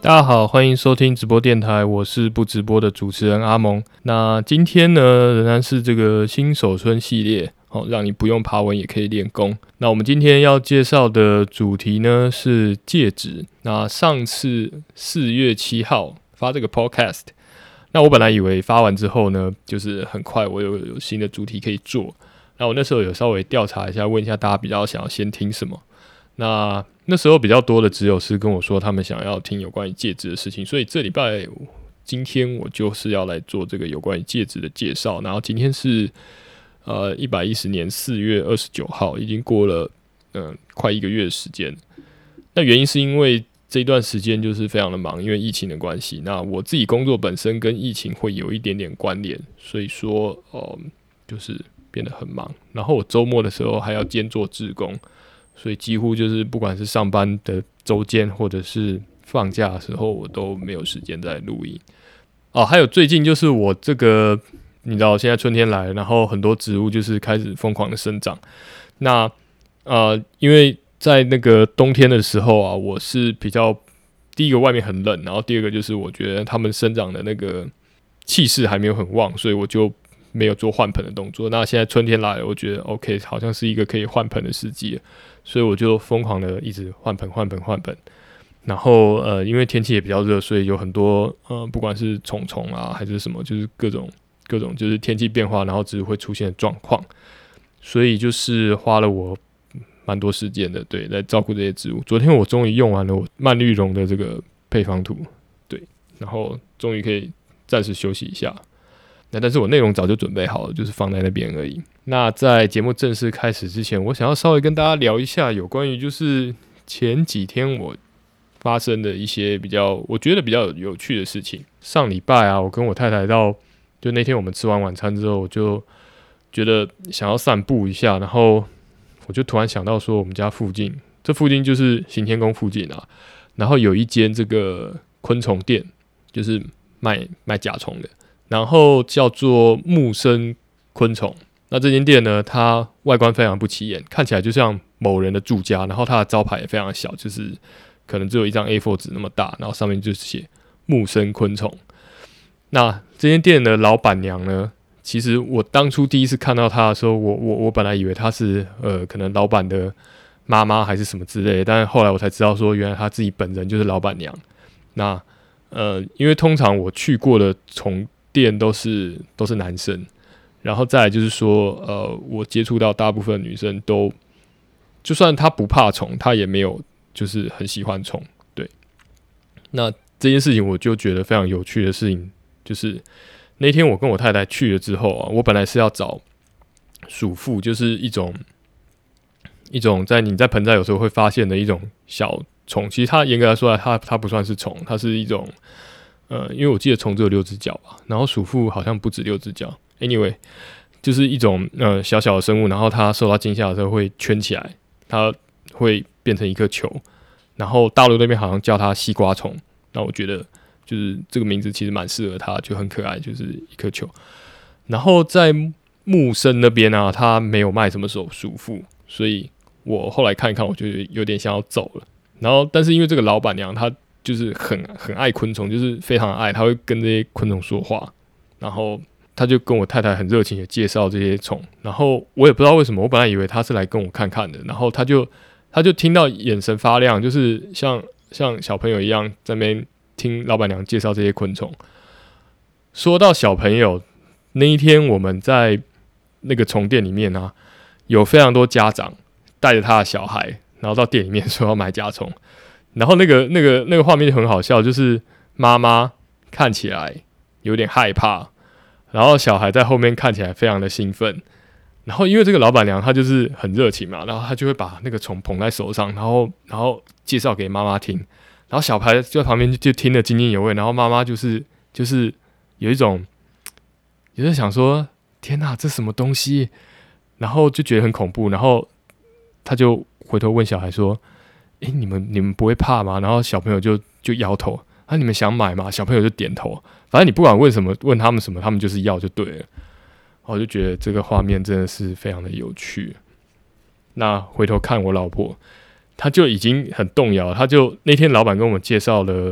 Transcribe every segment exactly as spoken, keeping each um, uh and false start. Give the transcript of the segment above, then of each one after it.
大家好，欢迎收听直播电台，我是不直播的主持人阿蒙。那今天呢，仍然是这个新手村系列，哦，让你不用爬文也可以练功。那我们今天要介绍的主题呢是戒指。那上次四月七号发这个 podcast， 那我本来以为发完之后呢，就是很快我有有新的主题可以做。那我那时候有稍微调查一下，问一下大家比较想要先听什么。那那时候比较多的只有是跟我说他们想要听有关于戒指的事情，所以这礼拜今天我就是要来做这个有关于戒指的介绍。然后今天是呃一百一十年四月二十九号，已经过了嗯、呃、快一个月的时间。那原因是因为这一段时间就是非常的忙，因为疫情的关系。那我自己工作本身跟疫情会有一点点关联，所以说呃就是变得很忙。然后我周末的时候还要兼做志工。所以几乎就是不管是上班的周间或者是放假的时候，我都没有时间在录音。哦，还有最近就是我这个，你知道现在春天来了，然后很多植物就是开始疯狂的生长。那呃，因为在那个冬天的时候啊，我是比较第一个外面很冷，然后第二个就是我觉得它们生长的那个气势还没有很旺，所以我就没有做换盆的动作。那现在春天来了，我觉得 OK， 好像是一个可以换盆的时机了。所以我就疯狂的一直换盆换盆换盆，然后呃，因为天气也比较热，所以有很多呃，不管是虫虫啊还是什么，就是各种各种就是天气变化，然后植物会出现的状况，所以就是花了我蛮多时间的，对，来照顾这些植物。昨天我终于用完了我蔓绿绒的这个配方图，对，然后终于可以暂时休息一下。那但是我内容早就准备好了，就是放在那边而已。那在节目正式开始之前，我想要稍微跟大家聊一下有关于就是前几天我发生的一些比较我觉得比较有趣的事情。上礼拜啊，我跟我太太到就那天我们吃完晚餐之后，我就觉得想要散步一下，然后我就突然想到说，我们家附近这附近就是行天宫附近啊，然后有一间这个昆虫店，就是卖卖甲虫的。然后叫做木生昆虫，那这间店呢，它外观非常不起眼，看起来就像某人的住家，然后它的招牌也非常小，就是可能只有一张 A 四 纸那么大，然后上面就是写木生昆虫。那这间店的老板娘呢，其实我当初第一次看到她的时候，我我我本来以为她是呃可能老板的妈妈还是什么之类的，但是后来我才知道说，原来她自己本人就是老板娘。那呃，因为通常我去过的虫店都是都是男生，然后再来就是说，呃，我接触到大部分女生都，就算她不怕虫，她也没有就是很喜欢虫。对，那这件事情我就觉得非常有趣的事情，就是那天我跟我太太去了之后啊，我本来是要找鼠妇，就是一种一种在你在盆栽有时候会发现的一种小虫，其实它严格来说来，它它不算是虫，它是一种。呃，因为我记得虫只有六只脚吧，然后鼠妇好像不止六只脚。Anyway， 就是一种呃小小的生物，然后它受到惊吓的时候会圈起来，它会变成一颗球。然后大陆那边好像叫它西瓜虫，那我觉得就是这个名字其实蛮适合它，就很可爱，就是一颗球。然后在木生那边啊，它没有卖什么手鼠妇，所以我后来看一看，我就有点想要走了。然后，但是因为这个老板娘她。就是很很爱昆虫，就是非常爱，他会跟这些昆虫说话，然后他就跟我太太很热情的介绍这些虫，然后我也不知道为什么，我本来以为他是来跟我看看的，然后他就他就听到眼神发亮，就是像像小朋友一样在那边听老板娘介绍这些昆虫。说到小朋友，那一天我们在那个虫店里面啊，有非常多家长带着他的小孩，然后到店里面说要买甲虫。然后那个那个那个画面就很好笑，就是妈妈看起来有点害怕，然后小孩在后面看起来非常的兴奋。然后因为这个老板娘她就是很热情嘛，然后她就会把那个虫捧在手上，然后然后介绍给妈妈听，然后小孩就在旁边就听得津津有味，然后妈妈就是就是有一种有在想说天哪，这什么东西？然后就觉得很恐怖，然后她就回头问小孩说。诶，你们你们不会怕吗？然后小朋友就就摇头，啊，你们想买吗？小朋友就点头，反正你不管问什么，问他们什么，他们就是要就对了。我就觉得这个画面真的是非常的有趣。那回头看我老婆，她就已经很动摇，她就那天老板跟我们介绍了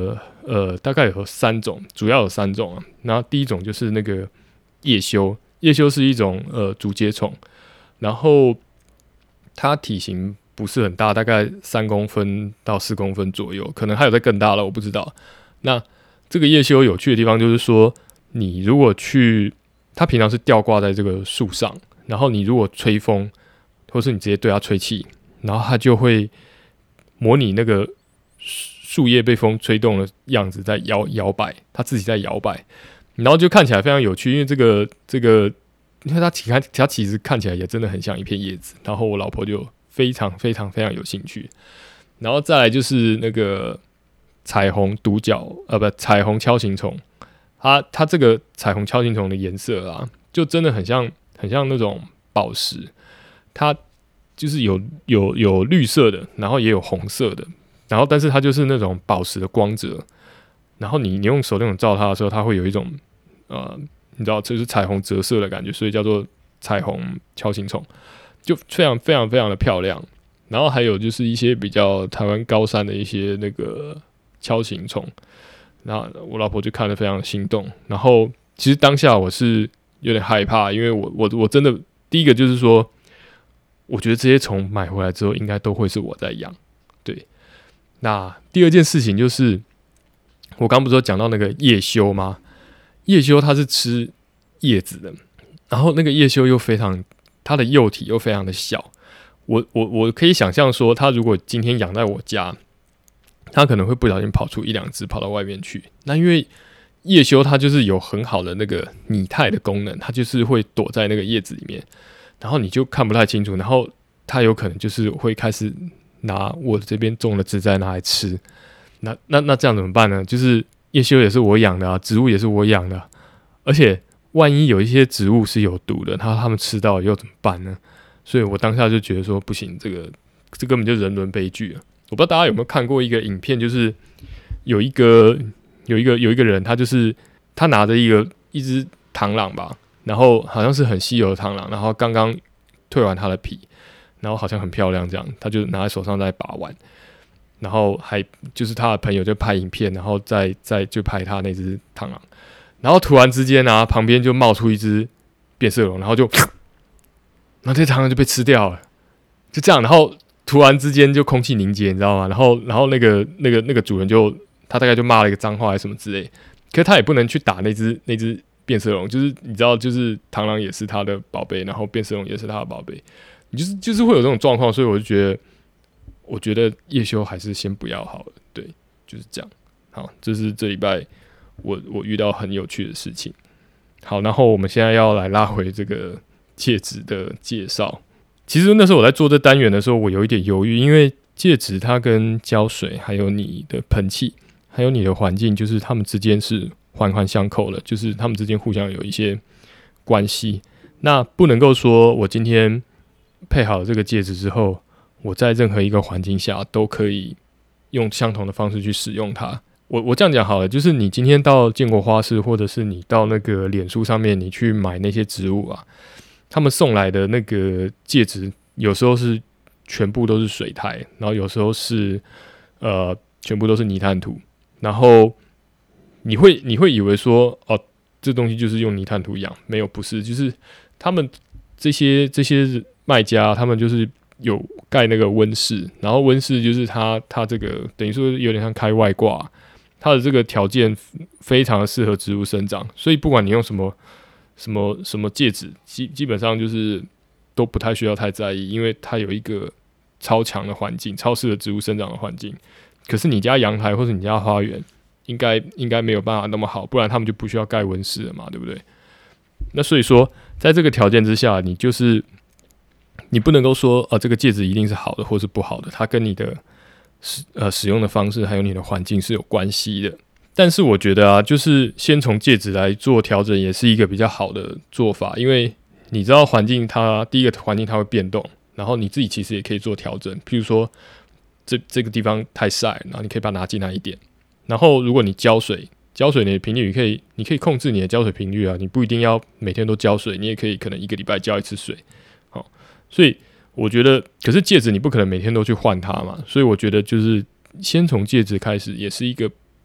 呃，大概有三种，主要有三种啊。然后第一种就是那个叶修，叶修是一种呃竹节虫，然后它体型不是很大，大概三公分到四公分左右，可能还有再更大了，我不知道。那这个叶修有趣的地方就是说，你如果去，它平常是吊挂在这个树上，然后你如果吹风，或是你直接对它吹气，然后它就会模拟那个树叶被风吹动的样子在摇摇摆，它自己在摇摆，然后就看起来非常有趣，因为这个这个，因为它其它它其实看起来也真的很像一片叶子，然后我老婆就非常非常非常有兴趣，然后再来就是那个彩虹独角呃不彩虹锹形虫，它它这个彩虹锹形虫的颜色啊，就真的很像很像那种宝石，它就是有有有绿色的，然后也有红色的。然后，但是它就是那种宝石的光泽，然后你你用手电筒照它的时候，它会有一种呃，你知道，就是彩虹折射的感觉，所以叫做彩虹锹形虫，就非常非常非常的漂亮。然后还有就是一些比较台湾高山的一些那个锹形虫，那我老婆就看得非常心动。然后其实当下我是有点害怕，因为我我我真的第一个就是说，我觉得这些虫买回来之后，应该都会是我在养，对。那第二件事情就是，我刚不是有讲到那个叶修吗？叶修它是吃叶子的，然后那个叶修又非常，它的幼体又非常的小。我我我可以想象说，它如果今天养在我家，它可能会不小心跑出一两只跑到外面去。那因为叶修它就是有很好的那个拟态的功能，它就是会躲在那个叶子里面，然后你就看不太清楚，然后它有可能就是会开始拿我这边种的植栽拿来吃，那那那这样怎么办呢？就是叶修也是我养的啊，植物也是我养的啊，而且万一有一些植物是有毒的，然后他们吃到又怎么办呢？所以我当下就觉得说不行，这个这根本就人伦悲剧了。我不知道大家有没有看过一个影片，就是有一个有一个有一个人，他就是他拿着一个一只螳螂吧，然后好像是很稀有的螳螂，然后刚刚蜕完它的皮。然后好像很漂亮，这样他就拿在手上在把玩，然后还就是他的朋友就拍影片，然后再再就拍他那只螳螂，然后突然之间啊，旁边就冒出一只变色龙，然后就，然后这螳螂就被吃掉了，就这样，然后突然之间就空气凝结，你知道吗？然后然后那个那个那个主人就他大概就骂了一个脏话还是什么之类，可是他也不能去打那只那只变色龙，就是你知道，就是螳螂也是他的宝贝，然后变色龙也是他的宝贝。就是就是会有这种状况，所以我就觉得，我觉得叶修还是先不要好了，对，就是这样。好，这是这礼拜我我遇到很有趣的事情。好，然后我们现在要来拉回这个介质的介绍。其实那时候我在做这单元的时候，我有一点犹豫，因为介质它跟浇水，还有你的盆器，还有你的环境，就是它们之间是环环相扣的，就是它们之间互相有一些关系。那不能够说我今天配好这个介质之后，我在任何一个环境下都可以用相同的方式去使用它。我我这样讲好了，就是你今天到建国花市，或者是你到那个脸书上面，你去买那些植物啊，他们送来的那个介质，有时候是全部都是水苔，然后有时候是呃全部都是泥炭土，然后你会你会以为说哦，这东西就是用泥炭土养，没有，不是，就是他们这些这些卖家，他们就是有盖那个温室，然后温室就是它它这个等于说有点像开外挂，它的这个条件非常的适合植物生长，所以不管你用什么什么什么介质，基基本上就是都不太需要太在意，因为它有一个超强的环境，超适合植物生长的环境。可是你家阳台或者你家花园，应该应该没有办法那么好，不然他们就不需要盖温室了嘛，对不对？那所以说，在这个条件之下，你就是你不能够说，呃，这个介质一定是好的或是不好的，它跟你的使呃使用的方式还有你的环境是有关系的。但是我觉得啊，就是先从介质来做调整，也是一个比较好的做法，因为你知道环境它第一个环境它会变动，然后你自己其实也可以做调整，譬如说这这个地方太晒，然后你可以把它拿进来一点，然后如果你浇水。浇水你的频率可以，你可以控制你的浇水频率啊，你不一定要每天都浇水，你也可以可能一个礼拜浇一次水，好，所以我觉得，可是介质你不可能每天都去换它嘛，所以我觉得就是先从介质开始，也是一个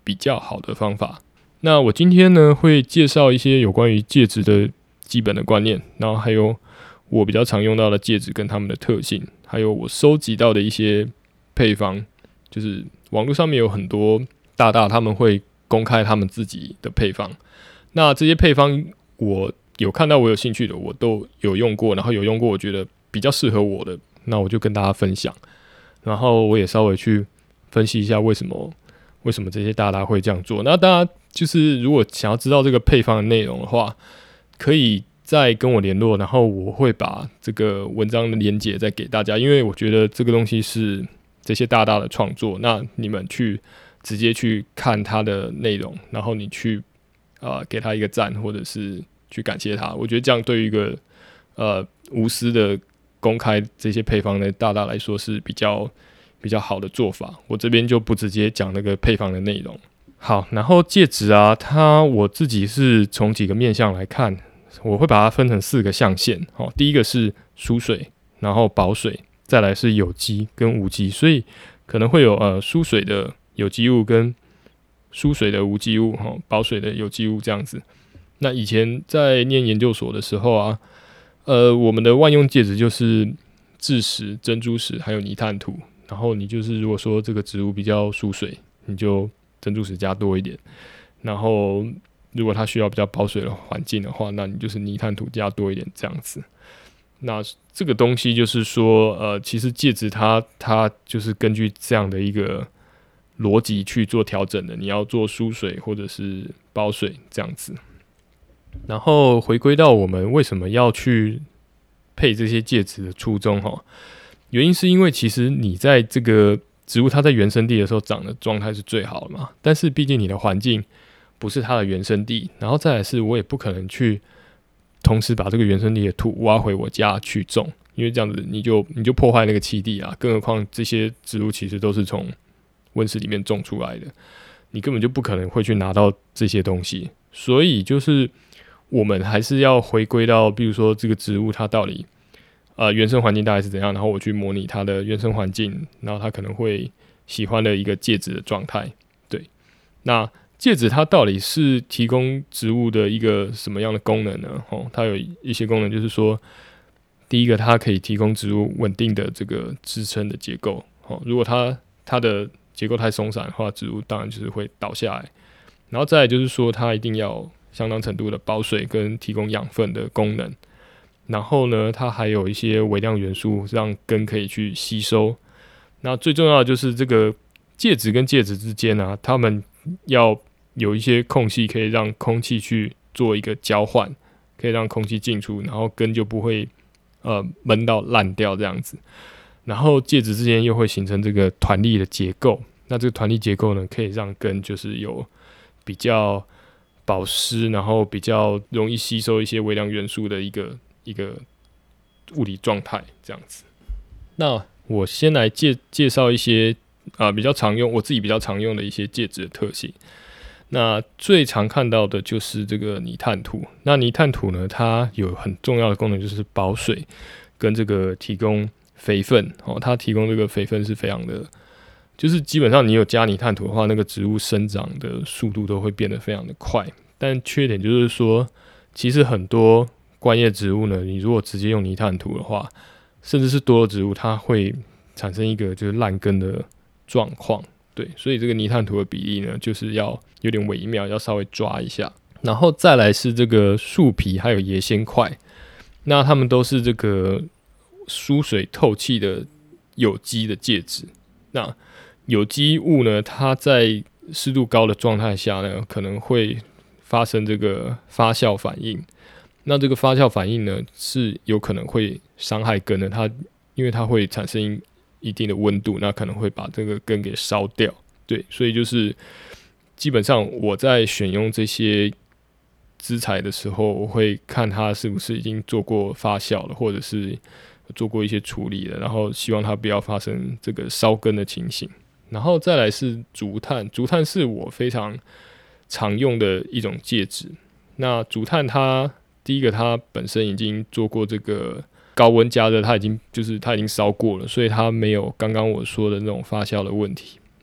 比较好的方法。那我今天呢会介绍一些有关于介质的基本的观念，然后还有我比较常用到的介质跟它们的特性，还有我收集到的一些配方，就是网络上面有很多大大他们会公开他们自己的配方，那这些配方我有看到我有兴趣的我都有用过，然后有用过我觉得比较适合我的，那我就跟大家分享，然后我也稍微去分析一下为什么为什么这些大大会这样做。那大家就是如果想要知道这个配方的内容的话，可以再跟我联络，然后我会把这个文章的连结再给大家，因为我觉得这个东西是这些大大的创作，那你们去直接去看它的内容，然后你去呃给他一个赞，或者是去感谢他，我觉得这样对于一个呃无私的公开这些配方的大大来说是比较比较好的做法。我这边就不直接讲那个配方的内容。好，然后介质啊，它我自己是从几个面向来看，我会把它分成四个象限。哦，第一个是疏水，然后保水，再来是有机跟无机，所以可能会有呃疏水的有机物跟疏水的无机物，哦，保水的有机物这样子。那以前在念研究所的时候啊，呃，我们的万用介质就是蛭石、珍珠石还有泥炭土，然后你就是如果说这个植物比较疏水，你就珍珠石加多一点，然后如果它需要比较保水的环境的话，那你就是泥炭土加多一点这样子。那这个东西就是说，呃，其实介质它它就是根据这样的一个逻辑去做调整的，你要做疏水或者是保水这样子。然后回归到我们为什么要去配这些介质的初衷哈，原因是因为其实你在这个植物它在原生地的时候长的状态是最好的嘛，但是毕竟你的环境不是它的原生地，然后再来是我也不可能去同时把这个原生地的土挖回我家去种，因为这样子你就你就破坏那个栖地啊，更何况这些植物其实都是从温室里面种出来的，你根本就不可能会去拿到这些东西，所以就是我们还是要回归到，比如说这个植物它到底呃原生环境大概是怎样，然后我去模拟它的原生环境，然后它可能会喜欢的一个介质的状态。对，那介质它到底是提供植物的一个什么样的功能呢？哦，它有一些功能，就是说，第一个它可以提供植物稳定的这个支撑的结构。哦，如果它它的结构太松散的话，植物当然就是会倒下来。然后再来就是说，它一定要相当程度的保水跟提供养分的功能。然后呢，它还有一些微量元素让根可以去吸收。那最重要的就是这个介质跟介质之间啊，它们要有一些空隙，可以让空气去做一个交换，可以让空气进出，然后根就不会呃闷到烂掉这样子。然后介质之间又会形成这个团粒的结构，那这个团粒结构呢，可以让根就是有比较保湿，然后比较容易吸收一些微量元素的一个一个物理状态这样子。那我先来介介绍一些啊、呃、比较常用，我自己比较常用的一些介质的特性。那最常看到的就是这个泥炭土。那泥炭土呢，它有很重要的功能，就是保水跟这个提供肥分。哦，它提供这个肥分是非常的，就是基本上你有加泥炭土的话，那个植物生长的速度都会变得非常的快。但缺点就是说，其实很多观叶植物呢，你如果直接用泥炭土的话，甚至是多肉植物，它会产生一个就是烂根的状况。对，所以这个泥炭土的比例呢，就是要有点微妙，要稍微抓一下。然后再来是这个树皮还有椰纤块，那它们都是这个疏水透气的有机的介质。那有机物呢，它在湿度高的状态下呢，可能会发生这个发酵反应。那这个发酵反应呢，是有可能会伤害根的，它因为它会产生一定的温度，那可能会把这个根给烧掉。对，所以就是基本上我在选用这些资材的时候，我会看它是不是已经做过发酵了，或者是做过一些处理了，然后希望它不要发生这个烧根的情形。然后再来是竹炭，竹炭是我非常常用的一种介质。那竹炭它第一个，它本身已经做过这个高温加热，它已经就是它已经烧过了，所以它没有刚刚我说的那种发酵的问题。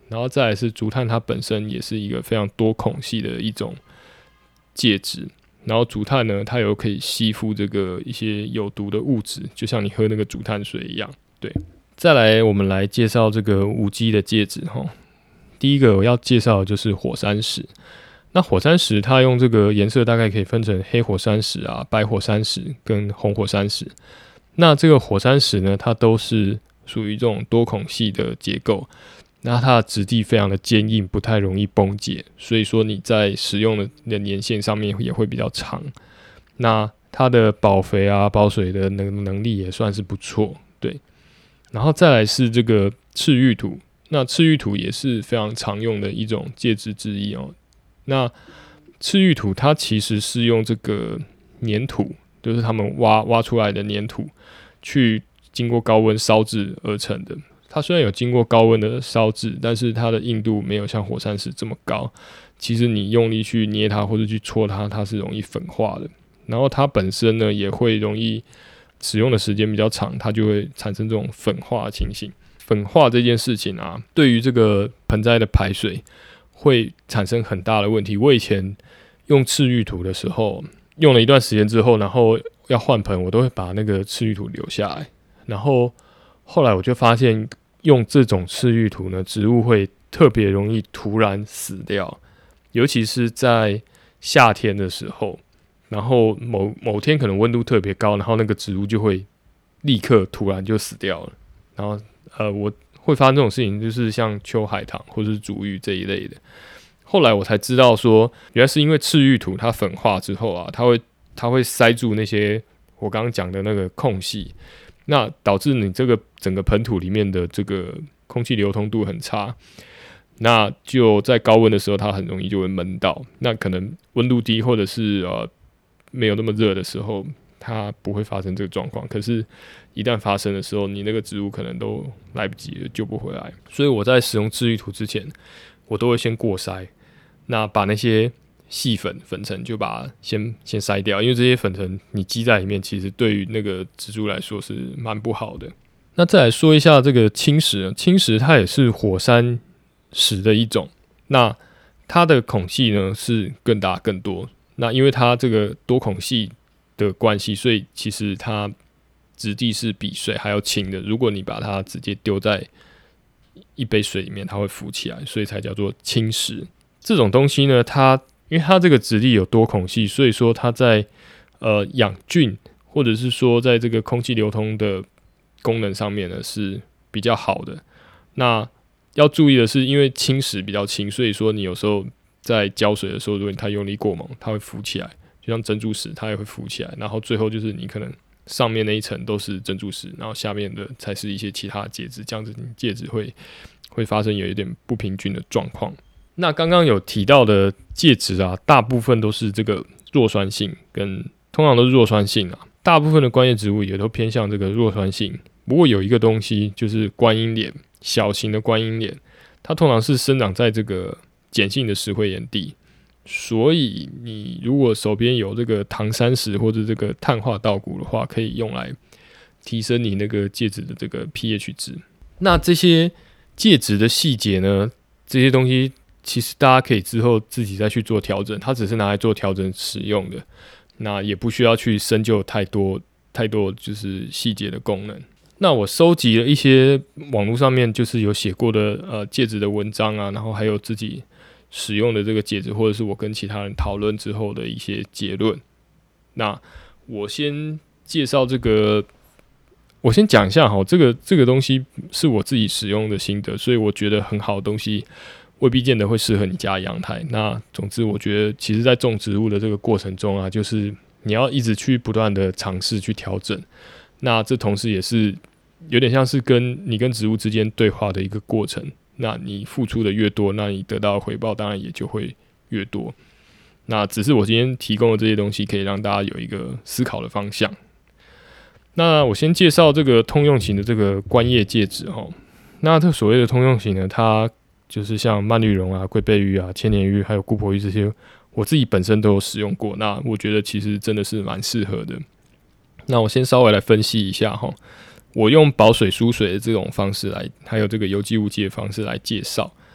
然后再来是竹炭，它本身也是一个非常多孔隙的一种介质。然后竹炭呢，它有可以吸附这个一些有毒的物质，就像你喝那个竹炭水一样。对，再来我们来介绍这个无机的介质哈。第一个我要介绍的就是火山石。那火山石它用这个颜色大概可以分成黑火山石啊、白火山石跟红火山石。那这个火山石呢，它都是属于这种多孔隙的结构。那它的质地非常的坚硬，不太容易崩解，所以说你在使用的年限上面也会比较长。那它的保肥啊、保水的能能力也算是不错，对。然后再来是这个赤玉土，那赤玉土也是非常常用的一种介质之一哦。那赤玉土它其实是用这个粘土，就是他们挖挖出来的粘土，去经过高温烧制而成的。它虽然有经过高温的烧制，但是它的硬度没有像火山石这么高。其实你用力去捏它或者去戳它，它是容易粉化的。然后它本身呢，也会容易使用的时间比较长，它就会产生这种粉化的情形。粉化这件事情啊，对于这个盆栽的排水会产生很大的问题。我以前用赤玉土的时候，用了一段时间之后，然后要换盆，我都会把那个赤玉土留下来。然后后来我就发现，用这种赤玉土呢，植物会特别容易突然死掉，尤其是在夏天的时候，然后某某天可能温度特别高，然后那个植物就会立刻突然就死掉了。然后呃，我会发生这种事情，就是像秋海棠或是竹芋这一类的。后来我才知道说，原来是因为赤玉土它粉化之后啊，它会它会塞住那些我刚刚讲的那个空隙。那导致你这个整个盆土里面的这个空气流通度很差，那就在高温的时候，它很容易就会闷到。那可能温度低或者是呃没有那么热的时候，它不会发生这个状况。可是，一旦发生的时候，你那个植物可能都来不及了，救不回来。所以我在使用赤玉土之前，我都会先过筛，那把那些细粉粉尘就把它先先筛掉，因为这些粉尘你积在里面，其实对于那个植株来说是蛮不好的。那再来说一下这个青石，青石它也是火山石的一种，那它的孔隙呢是更大更多。那因为它这个多孔隙的关系，所以其实它质地是比水还要轻的。如果你把它直接丢在一杯水里面，它会浮起来，所以才叫做青石。这种东西呢，它因为它这个质地有多孔隙，所以说它在呃养菌或者是说在这个空气流通的功能上面呢是比较好的。那要注意的是，因为青石比较轻，所以说你有时候在浇水的时候，如果它用力过猛，它会浮起来，就像珍珠石，它也会浮起来。然后最后就是你可能上面那一层都是珍珠石，然后下面的才是一些其他的介质，这样子你介质会会发生有一点不平均的状况。那刚刚有提到的介质啊，大部分都是这个弱酸性，跟通常都是弱酸性啊。大部分的观叶植物也都偏向这个弱酸性。不过有一个东西就是观音莲，小型的观音莲，它通常是生长在这个碱性的石灰岩地，所以你如果手边有这个唐山石或者这个碳化稻谷的话，可以用来提升你那个介质的这个 pH 值。那这些介质的细节呢，这些东西其实大家可以之后自己再去做调整，它只是拿来做调整使用的，那也不需要去深究太多太多就是细节的功能。那我收集了一些网络上面就是有写过的呃介质的文章啊，然后还有自己使用的这个介质，或者是我跟其他人讨论之后的一些结论。那我先介绍这个，我先讲一下哈，这个这个东西是我自己使用的心得，所以我觉得很好的东西未必见得会适合你家的阳台。那总之，我觉得其实在种植物的这个过程中啊，就是你要一直去不断的尝试去调整。那这同时也是有点像是跟你跟植物之间对话的一个过程。那你付出的越多，那你得到的回报当然也就会越多。那只是我今天提供的这些东西，可以让大家有一个思考的方向。那我先介绍这个通用型的这个观叶介质哈。那这所谓的通用型呢，它就是像蔓绿绒啊、龟背芋啊、千年芋还有姑婆芋这些，我自己本身都有使用过。那我觉得其实真的是蛮适合的。那我先稍微来分析一下哈，我用保水输水的这种方式来，还有这个有机无机的方式来介绍。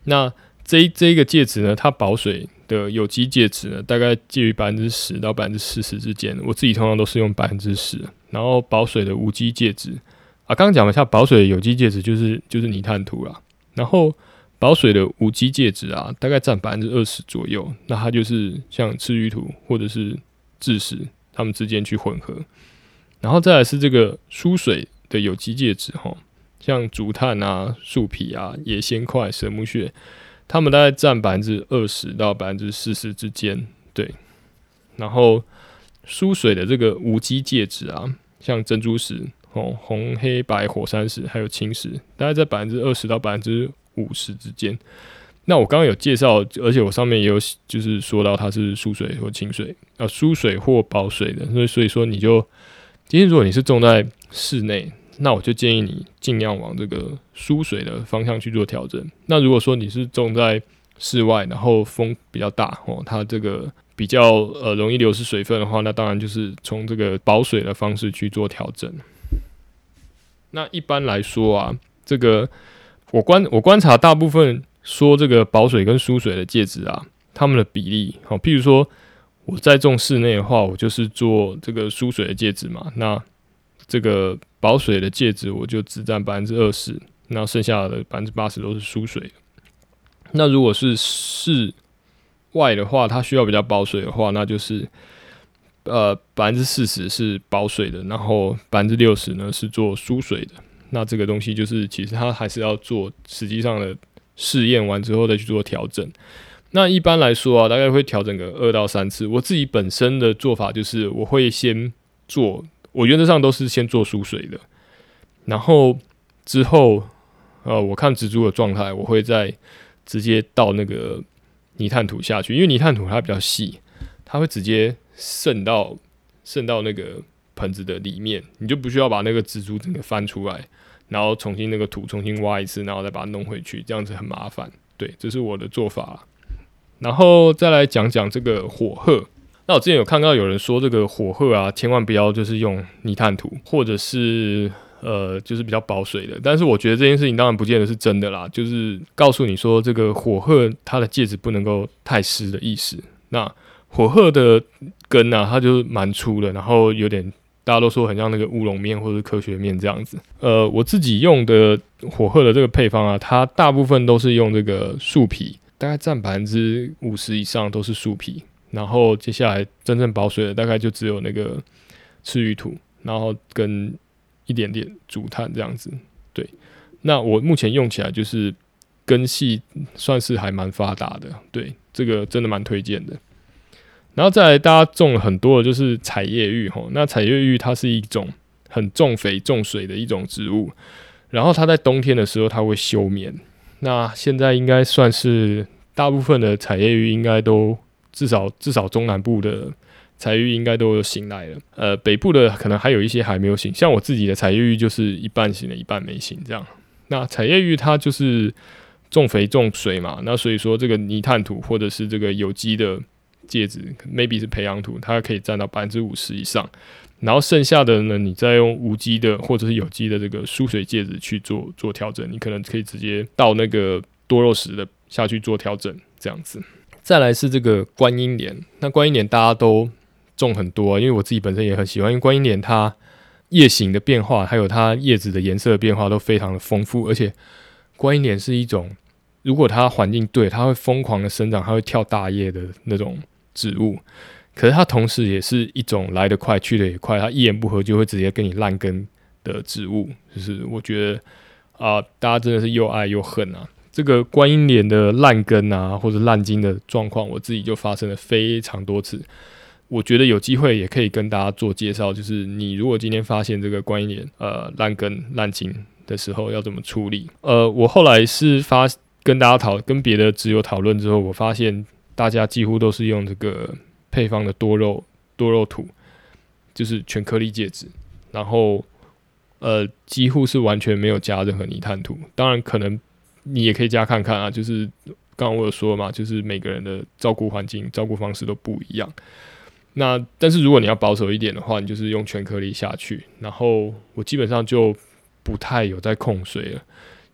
那这一这一个介质呢，它保水的有机介质呢，大概介于百分之十到百分之四十之间。我自己通常都是用百分之十，然后保水的无机介质啊，刚刚讲了一下保水的有机介质就是就是泥炭土啦，然后保水的无机介质啊，大概占百分之二十左右。那它就是像赤玉土或者是蛭石，它们之间去混合。然后再来是这个疏水的有机介质哈，像竹炭啊、树皮啊、野仙块、蛇木屑，它们大概占百分之二十到百分之四十之间。对，然后疏水的这个无机介质啊，像珍珠石、哦、红黑白火山石还有青石，大概在百分之二十到百分之五十之间。那我刚刚有介绍，而且我上面也有就是说到它是疏水或清水啊，疏水或保水的，所以所以说你就今天如果你是种在室内，那我就建议你尽量往这个疏水的方向去做调整。那如果说你是种在室外，然后风比较大哦，它这个比较呃容易流失水分的话，那当然就是从这个保水的方式去做调整。那一般来说啊，这个我观我观察大部分说这个保水跟疏水的介质啊，它们的比例好，譬如说我在种室内的话，我就是做这个疏水的介质嘛，那这个保水的介质我就只占百分之二十，那剩下的百分之八十都是疏水的。那如果是室外的话，它需要比较保水的话，那就是呃百分之四十是保水的，然后百分之六十呢是做疏水的。那这个东西就是其实它还是要做实际上的试验完之后再去做调整。那一般来说啊，大概会调整个二到三次。我自己本身的做法就是，我会先做，我原则上都是先做疏水的，然后之后，呃，我看植株的状态，我会再直接倒那个泥炭土下去，因为泥炭土它比较细，它会直接渗到渗到那个盆子的里面，你就不需要把那个植株整个翻出来，然后重新那个土重新挖一次，然后再把它弄回去，这样子很麻烦。对，这是我的做法。然后再来讲讲这个火褐。那我之前有看到有人说，这个火褐啊，千万不要就是用泥炭土，或者是呃，就是比较保水的。但是我觉得这件事情当然不见得是真的啦，就是告诉你说，这个火褐它的介质不能够太湿的意思。那火褐的根啊，它就蛮粗的，然后有点大家都说很像那个乌龙面或者科学面这样子。呃，我自己用的火褐的这个配方啊，它大部分都是用这个树皮。大概占百分之五十以上都是树皮，然后接下来真正保水的大概就只有那个赤玉土，然后跟一点点竹炭这样子。对，那我目前用起来就是根系算是还蛮发达的，对，这个真的蛮推荐的。然后再来，大家种了很多的就是彩叶玉吼，那彩叶玉它是一种很重肥重水的一种植物，然后它在冬天的时候它会休眠。那现在应该算是大部分的彩叶玉应该都至少至少中南部的彩叶玉应该都有醒来了，呃，北部的可能还有一些还没有醒，像我自己的彩叶玉就是一半醒了，一半没醒这样。那彩叶玉它就是重肥重水嘛，那所以说这个泥炭土或者是这个有机的介质 ，maybe 是培养土，它可以占到百分之五十以上。然后剩下的呢，你再用无机的或者是有机的这个疏水介质去做做调整，你可能可以直接倒那个多肉石的下去做调整，这样子。再来是这个观音莲，那观音莲大家都种很多、啊，因为我自己本身也很喜欢，因为观音莲它叶形的变化，还有它叶子的颜色的变化都非常的丰富，而且观音莲是一种，如果它环境对，它会疯狂的生长，它会跳大叶的那种植物。可是它同时也是一种来得快去得也快，它一言不合就会直接跟你烂根的植物，就是我觉得啊、呃，大家真的是又爱又恨啊。这个观音莲的烂根啊，或者烂茎的状况，我自己就发生了非常多次。我觉得有机会也可以跟大家做介绍，就是你如果今天发现这个观音莲呃烂根烂茎的时候要怎么处理。呃，我后来是发跟大家讨跟别的植友讨论之后，我发现大家几乎都是用这个配方的多肉多肉土，就是全颗粒介质，然后呃几乎是完全没有加任何泥炭土。当然可能你也可以加看看啊，就是刚刚我有说嘛，就是每个人的照顾环境、照顾方式都不一样。那但是如果你要保守一点的话，你就是用全颗粒下去，然后我基本上就不太有在控水了，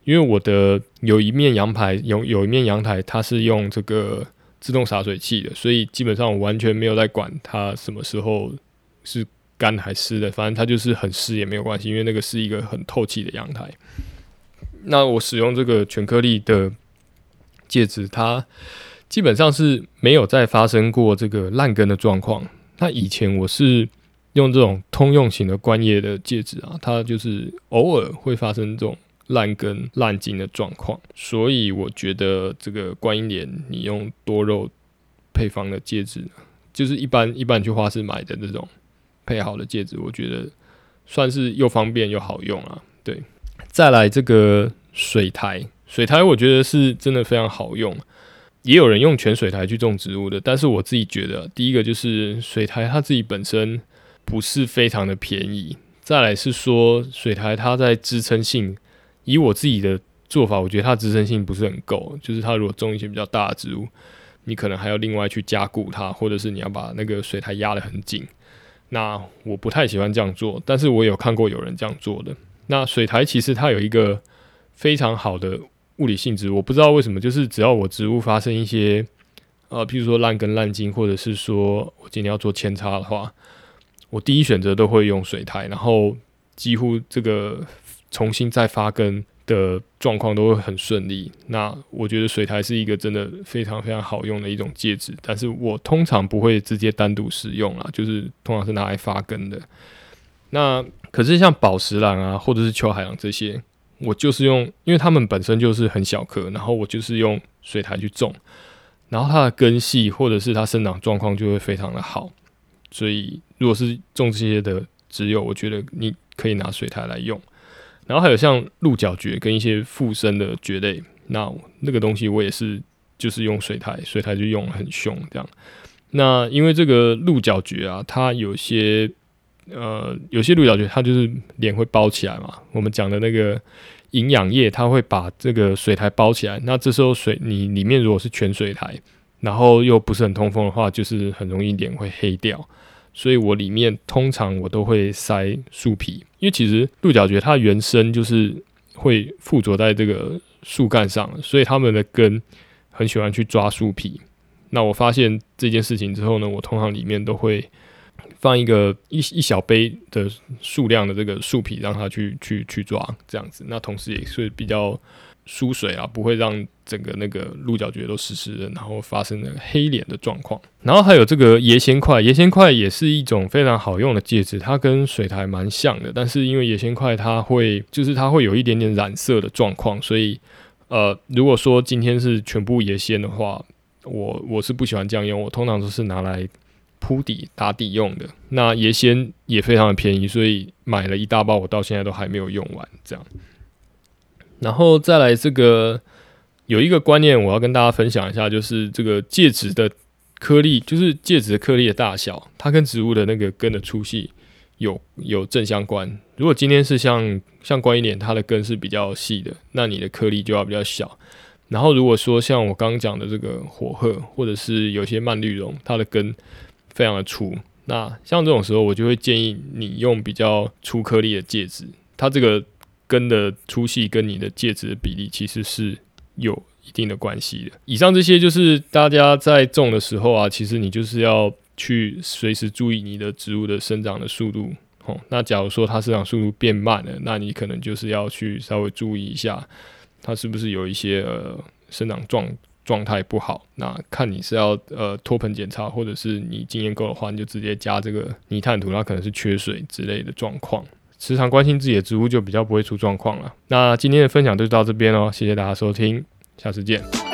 因为我的有一面阳台有有一面阳台它是用这个自动洒水器的，所以基本上我完全没有在管它什么时候是干还湿的，反正它就是很湿也没有关系，因为那个是一个很透气的阳台。那我使用这个全颗粒的介质，它基本上是没有再发生过这个烂根的状况。那以前我是用这种通用型的观叶的介质啊，它就是偶尔会发生这种烂根烂茎的状况，所以我觉得这个观音莲你用多肉配方的介质，就是一般一般你去花市买的这种配好的介质，我觉得算是又方便又好用啊。对，再来这个水苔，水苔我觉得是真的非常好用。也有人用全水苔去种植物的，但是我自己觉得，第一个就是水苔它自己本身不是非常的便宜，再来是说水苔它在支撑性，以我自己的做法，我觉得它支撑性不是很够，就是它如果种一些比较大的植物，你可能还要另外去加固它，或者是你要把那个水苔压得很紧。那我不太喜欢这样做，但是我有看过有人这样做的。那水苔其实它有一个非常好的物理性质，我不知道为什么，就是只要我植物发生一些呃，譬如说烂根烂茎，或者是说我今天要做扦插的话，我第一选择都会用水苔，然后几乎这个重新再发根的状况都会很顺利。那我觉得水苔是一个真的非常非常好用的一种介质，但是我通常不会直接单独使用啦，就是通常是拿来发根的。那可是像宝石兰啊，或者是秋海棠这些，我就是用，因为它们本身就是很小颗，然后我就是用水苔去种，然后它的根系或者是它生长状况就会非常的好。所以如果是种这些的植友，我觉得你可以拿水苔来用。然后还有像鹿角蕨跟一些附生的蕨类，那那个东西我也是就是用水苔，水苔就用得很凶这样。那因为这个鹿角蕨啊，它有些呃有些鹿角蕨它就是脸会包起来嘛，我们讲的那个营养液它会把这个水苔包起来，那这时候水你里面如果是全水苔，然后又不是很通风的话，就是很容易脸会黑掉。所以我里面通常我都会塞树皮，因为其实鹿角蕨它原生就是会附着在这个树干上，所以它们的根很喜欢去抓树皮。那我发现这件事情之后呢，我通常里面都会放一个 一, 一小杯的数量的这个树皮，让它去去去抓这样子。那同时也是比较疏水啊，不会让整个那个鹿角蕨都湿湿的，然后发生了黑脸的状况。然后还有这个椰仙块，椰仙块也是一种非常好用的介质，它跟水苔蛮像的，但是因为椰仙块它会就是它会有一点点染色的状况，所以呃，如果说今天是全部椰仙的话，我我是不喜欢这样用，我通常都是拿来铺底打底用的。那椰仙也非常的便宜，所以买了一大包，我到现在都还没有用完这样。然后再来这个有一个观念我要跟大家分享一下，就是这个介质的颗粒，就是介质的颗粒的大小，它跟植物的那个根的粗细有有正相关。如果今天是像像观音莲，它的根是比较细的，那你的颗粒就要比较小。然后如果说像我刚刚讲的这个火鹤，或者是有些蔓绿绒，它的根非常的粗，那像这种时候我就会建议你用比较粗颗粒的介质，它这个根的粗细跟你的介质的比例其实是有一定的关系的。以上这些就是大家在种的时候啊，其实你就是要去随时注意你的植物的生长的速度。哦，那假如说它生长速度变慢了，那你可能就是要去稍微注意一下，它是不是有一些呃生长状状态不好。那看你是要呃脱盆检查，或者是你经验够的话，你就直接加这个泥炭土，它可能是缺水之类的状况。时常关心自己的植物，就比较不会出状况了。那今天的分享就到这边咯，谢谢大家收听，下次见。